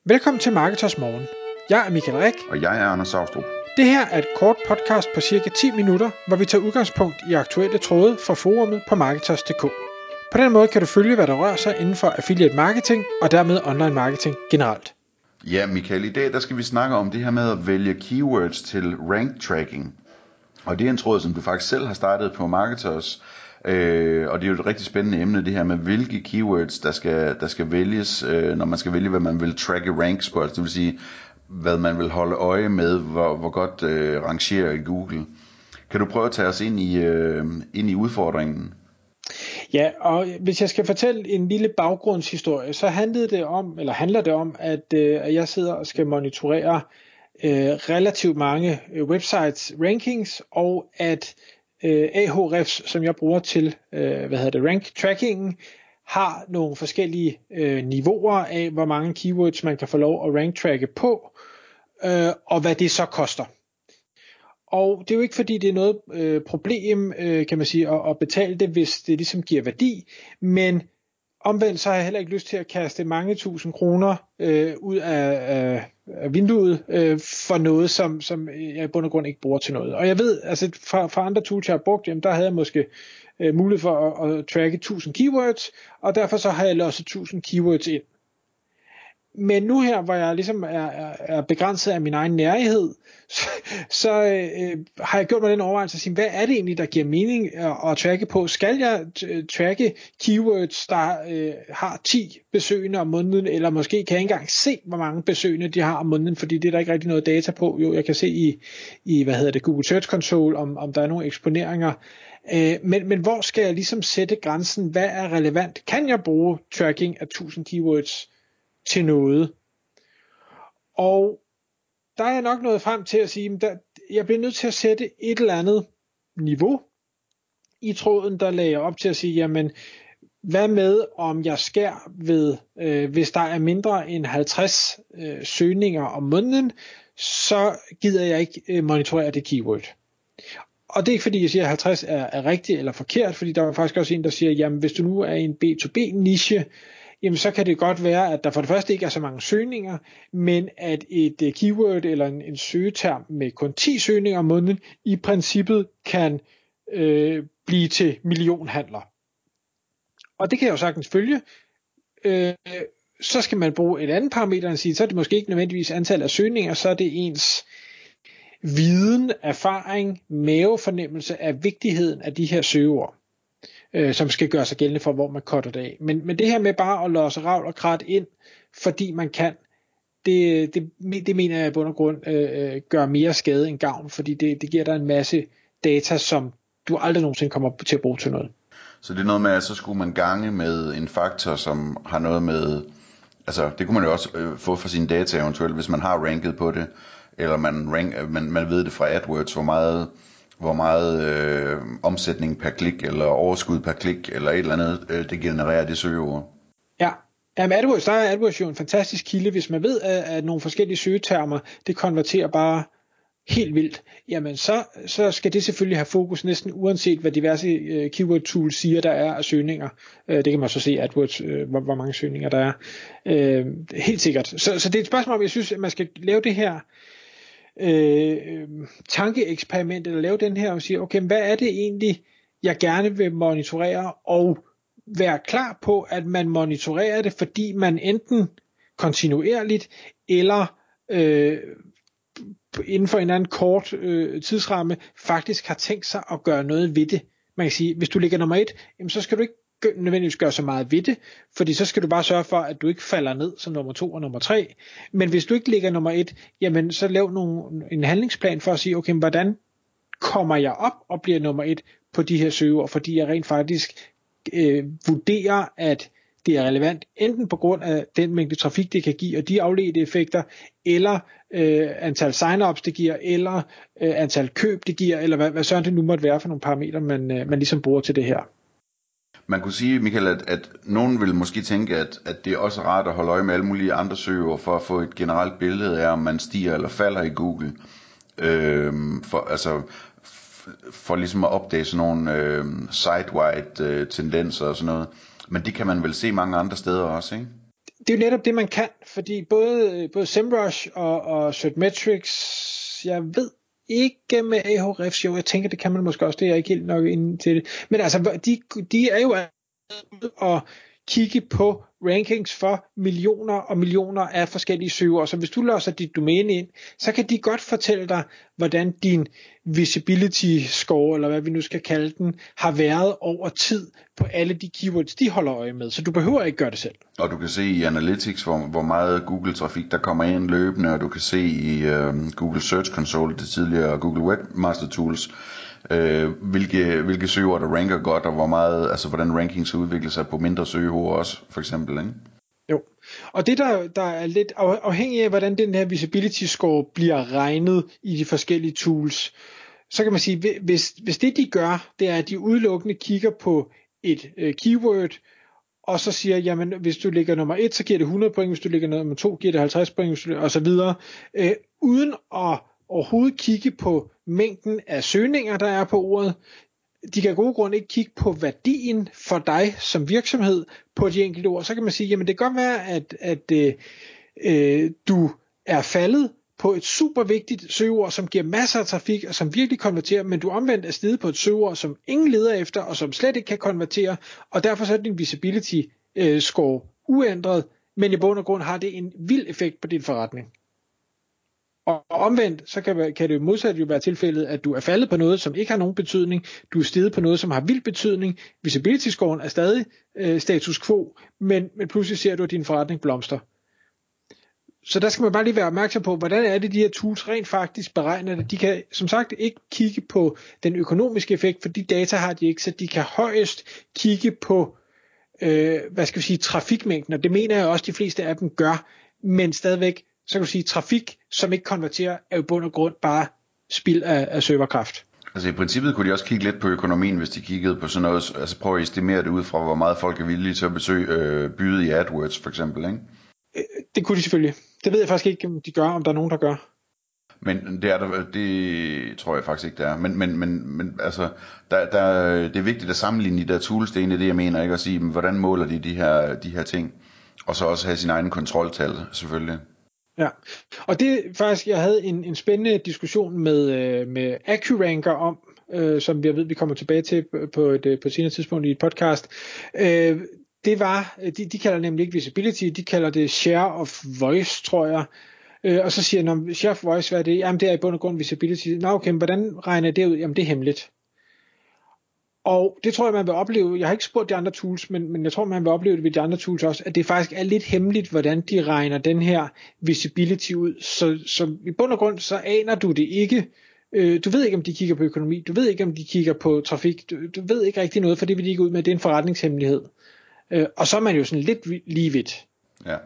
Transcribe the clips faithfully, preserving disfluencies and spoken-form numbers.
Velkommen til Marketers Morgen. Jeg er Michael Rik. Og jeg er Anders Saustrup. Det her er et kort podcast på cirka ti minutter, hvor vi tager udgangspunkt i aktuelle tråde fra forumet på Marketers punktum d k. På den måde kan du følge, hvad der rører sig inden for affiliate marketing og dermed online marketing generelt. Ja, Michael, i dag der skal vi snakke om det her med at vælge keywords til rank tracking. Og det er en tråd, som du faktisk selv har startet på Marketers. Øh, og det er jo et rigtig spændende emne, det her med hvilke keywords der skal, der skal vælges, øh, når man skal vælge, hvad man vil tracke ranks på. Altså det vil sige, hvad man vil holde øje med, hvor, hvor godt øh, rangerer i Google. Kan du prøve at tage os ind i, øh, ind i udfordringen? Ja, og hvis jeg skal fortælle en lille baggrundshistorie, så handlede det om, eller handler det om, at, øh, at jeg sidder og skal monitorere øh, relativt mange øh, websites rankings, og at øh, Ahrefs, som jeg bruger til øh, hvad hedder det, rank trackingen, har nogle forskellige øh, niveauer af, hvor mange keywords man kan få lov at rank tracke på, øh, og hvad det så koster. Og det er jo ikke fordi det er noget øh, problem, øh, kan man sige, at, at betale det, hvis det ligesom giver værdi, men omvendt så har jeg heller ikke lyst til at kaste mange tusind kroner øh, ud af, af, af vinduet øh, for noget, som, som jeg i bund og grund ikke bruger til noget. Og jeg ved, altså fra, fra andre tools, jeg har brugt, jamen, der havde jeg måske øh, mulighed for at, at tracke tusind keywords, og derfor så har jeg låst tusind keywords ind. Men nu her, hvor jeg ligesom er, er, er begrænset af min egen nærhed, så, så øh, har jeg gjort mig den overvejelse at sige, hvad er det egentlig, der giver mening at, at tracke på? Skal jeg t- tracke keywords, der øh, har ti besøgende om måneden, eller måske kan jeg ikke engang se, hvor mange besøgende de har om måneden, fordi det er der ikke rigtig noget data på. Jo, jeg kan se i, i hvad hedder det, Google Search Console, om, om der er nogle eksponeringer. Øh, men, men hvor skal jeg ligesom sætte grænsen? Hvad er relevant? Kan jeg bruge tracking af tusind keywords til noget? Og der er jeg nok nået frem til at sige, at jeg bliver nødt til at sætte et eller andet niveau i tråden, der lagde jeg op til at sige, jamen hvad med om jeg skærer ved, øh, hvis der er mindre end halvtreds øh, søgninger om måneden, så gider jeg ikke øh, monitorere det keyword. Og det er ikke fordi jeg siger at halvtreds er, er rigtigt eller forkert, fordi der er faktisk også en der siger, jamen hvis du nu er i en B to B niche, jamen så kan det godt være, at der for det første ikke er så mange søgninger, men at et keyword eller en, en søgeterm med kun ti søgninger om måneden i princippet kan øh, blive til millionhandler. Og det kan jeg jo sagtens følge. Øh, så skal man bruge et andet parameter og sige, så er det måske ikke nødvendigvis antal af søgninger, så er det ens viden, erfaring, mavefornemmelse af vigtigheden af de her søgeord, øh, som skal gøre sig gældende for, hvor man cutter det af. Men, men det her med bare at låse ravl og krat ind, fordi man kan, det, det, det mener jeg i bund og grund øh, gør mere skade end gavn, fordi det, det giver dig en masse data, som du aldrig nogensinde kommer til at bruge til noget. Så det er noget med, at så skulle man gange med en faktor, som har noget med, altså det kunne man jo også øh, få fra sine data eventuelt, hvis man har ranket på det, eller man, rank, man, man ved det fra AdWords, hvor meget hvor meget øh, omsætning per klik, eller overskud per klik, eller et eller andet, øh, det genererer det søgeord. Ja, Jamen AdWords, der er AdWords jo en fantastisk kilde, hvis man ved, at, at nogle forskellige søgetermer, det konverterer bare helt vildt, jamen så, så skal det selvfølgelig have fokus næsten uanset, hvad diverse øh, keyword tools siger, der er af søgninger. Øh, det kan man så se i AdWords, øh, hvor, hvor mange søgninger der er. Øh, helt sikkert. Så, så det er et spørgsmål om, jeg synes, at man skal lave det her Øh, tankeeksperiment, eller lave den her og sige, okay, hvad er det egentlig jeg gerne vil monitorere, og være klar på at man monitorerer det, fordi man enten kontinuerligt eller øh, inden for en anden kort øh, tidsramme faktisk har tænkt sig at gøre noget ved det. Man kan sige, hvis du ligger nummer et, jamen, så skal du ikke nødvendigvis gøre så meget ved det, fordi så skal du bare sørge for, at du ikke falder ned som nummer to og nummer tre. Men hvis du ikke ligger nummer et, jamen så lav nogle, en handlingsplan for at sige, okay, hvordan kommer jeg op og bliver nummer et på de her søgeord, fordi jeg rent faktisk øh, vurderer, at det er relevant, enten på grund af den mængde trafik, det kan give, og de afledte effekter, eller øh, antal sign-ups, det giver, eller øh, antal køb, det giver, eller hvad, hvad sådan det nu måtte være for nogle parametre, man, øh, man ligesom bruger til det her. Man kunne sige, Michael, at, at nogen vil måske tænke, at, at det er også rart at holde øje med alle mulige andre søgeord, for at få et generelt billede af, om man stiger eller falder i Google. Øhm, for, altså, for ligesom at opdage sådan nogle øh, site-wide øh, tendenser og sådan noget. Men det kan man vel se mange andre steder også, ikke? det er jo netop det, man kan, fordi både, både SEMrush og, og Searchmetrics, jeg ved ikke med Ahrefs, jo, jeg tænker, det kan man måske også, det er jeg ikke helt nok inde til det. Men altså, de, de er jo at kigge på rankings for millioner og millioner af forskellige søgeord. Så hvis du låser dit domæne ind, så kan de godt fortælle dig, hvordan din visibility score, eller hvad vi nu skal kalde den, har været over tid på alle de keywords, de holder øje med. Så du behøver ikke gøre det selv. Og du kan se i Analytics, hvor, hvor meget Google-trafik der kommer ind løbende, og du kan se i øh, Google Search Console, det tidligere Google Webmaster Tools, øh, hvilke, hvilke søgeord der ranker godt, og hvor meget, altså hvordan rankings udvikler sig på mindre søgeord også, for eksempel, ikke? Jo, og det der, der er lidt afhængig af, hvordan den her visibility score bliver regnet i de forskellige tools, så kan man sige, hvis, hvis det de gør, det er, at de udelukkende kigger på et øh, keyword, og så siger, jamen hvis du ligger nummer et, så giver det hundrede point, hvis du ligger nummer to, giver det halvtreds point, og så videre, øh, uden at overhovedet kigge på mængden af søgninger, der er på ordet. De kan af gode grunde ikke kigge på værdien for dig som virksomhed på de enkelte ord. Så kan man sige, jamen det kan godt være, at, at øh, du er faldet på et super vigtigt søgeord, som giver masser af trafik, og som virkelig konverterer, men du omvendt er steget på et søgeord, som ingen leder efter, og som slet ikke kan konvertere, og derfor så er din visibility øh, score uændret, men i bund og grund har det en vild effekt på din forretning. Og omvendt, så kan, kan det jo modsat jo være tilfældet, at du er faldet på noget, som ikke har nogen betydning, du er steget på noget, som har vild betydning, visibility-scoren er stadig øh, status quo, men, men pludselig ser du, at din forretning blomster. Så der skal man bare lige være opmærksom på, hvordan er det, de her tools rent faktisk beregner det. De kan som sagt ikke kigge på den økonomiske effekt, for de data har de ikke, så de kan højest kigge på, øh, hvad skal vi sige, trafikmængden, og det mener jeg også, de fleste af dem gør, men stadigvæk, så kan du sige, trafik, som ikke konverterer, er jo bund og grund bare spild af, af serverkraft. Altså i princippet kunne de også kigge lidt på økonomien, hvis de kiggede på sådan noget, altså prøve at estimere det ud fra, hvor meget folk er villige til at besøge, øh, byde i AdWords for eksempel, ikke? Det kunne de selvfølgelig. Det ved jeg faktisk ikke, om de gør, om der er nogen, der gør. Men det er der, det tror jeg faktisk ikke, der er. Men, men, men, men altså, der, der, det er vigtigt at sammenligne de der tools, det er egentlig det, jeg mener, ikke? At sige, hvordan måler de de her, de her ting? Og så også have sin egen kontroltal, selvfølgelig. Ja, og det faktisk, jeg havde en, en spændende diskussion med, med AccuRanker om, øh, som jeg ved, vi kommer tilbage til på et, på et senere tidspunkt i et podcast. Øh, det var, de, de kalder nemlig ikke visibility, de kalder det share of voice, tror jeg. Øh, og så siger jeg, share of voice, hvad er det? Jamen det er i bund og grund visibility. Nå okay, men hvordan regner det ud? Jamen det er hemmeligt. Og det tror jeg, man vil opleve, jeg har ikke spurgt de andre tools, men, men jeg tror, man vil opleve det ved de andre tools også, at det faktisk er lidt hemmeligt, hvordan de regner den her visibility ud. Så, så i bund og grund, så aner du det ikke. Øh, du ved ikke, om de kigger på økonomi, du ved ikke, om de kigger på trafik, du, du ved ikke rigtig noget, for det vil de ikke ud med, det er en forretningshemmelighed. Øh, og så er man jo sådan lidt lige vidt. Ja.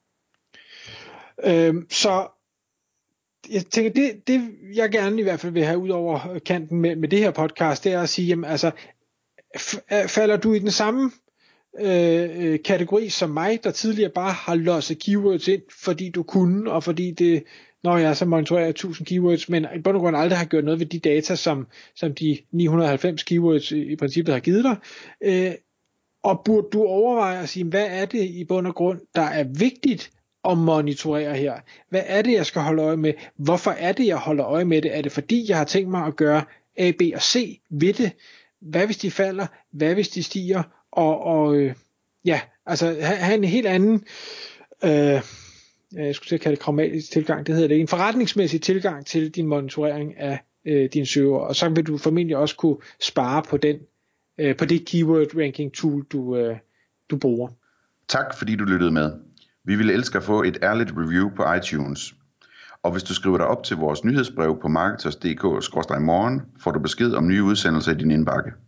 Øh, så jeg tænker, det, det jeg gerne i hvert fald vil have ud over kanten med, med det her podcast, det er at sige, jamen altså, f- falder du i den samme øh, kategori som mig, der tidligere bare har losset keywords ind, fordi du kunne, og fordi det, når jeg så monitorerer tusind keywords, men i bund og grund aldrig har gjort noget ved de data, som, som de ni hundrede og halvfems keywords i, i princippet har givet dig, øh, og burde du overveje at sige, hvad er det i bund og grund, der er vigtigt at monitorere her? Hvad er det, jeg skal holde øje med? Hvorfor er det, jeg holder øje med det? Er det fordi, jeg har tænkt mig at gøre A, B og C ved det? Hvad hvis de falder? Hvad hvis de stiger? Og, og øh, ja, altså have, have en helt anden, øh, jeg skulle sige, kalde det pragmatisk tilgang, det hedder det, en forretningsmæssig tilgang til din monitorering af øh, dine søger, og så vil du formentlig også kunne spare på den, øh, på det keyword ranking tool, du, øh, du bruger. Tak fordi du lyttede med. Vi ville elske at få et ærligt review på iTunes. Og hvis du skriver dig op til vores nyhedsbrev på marketers punktum d k skråstreg morgen, får du besked om nye udsendelser i din indbakke.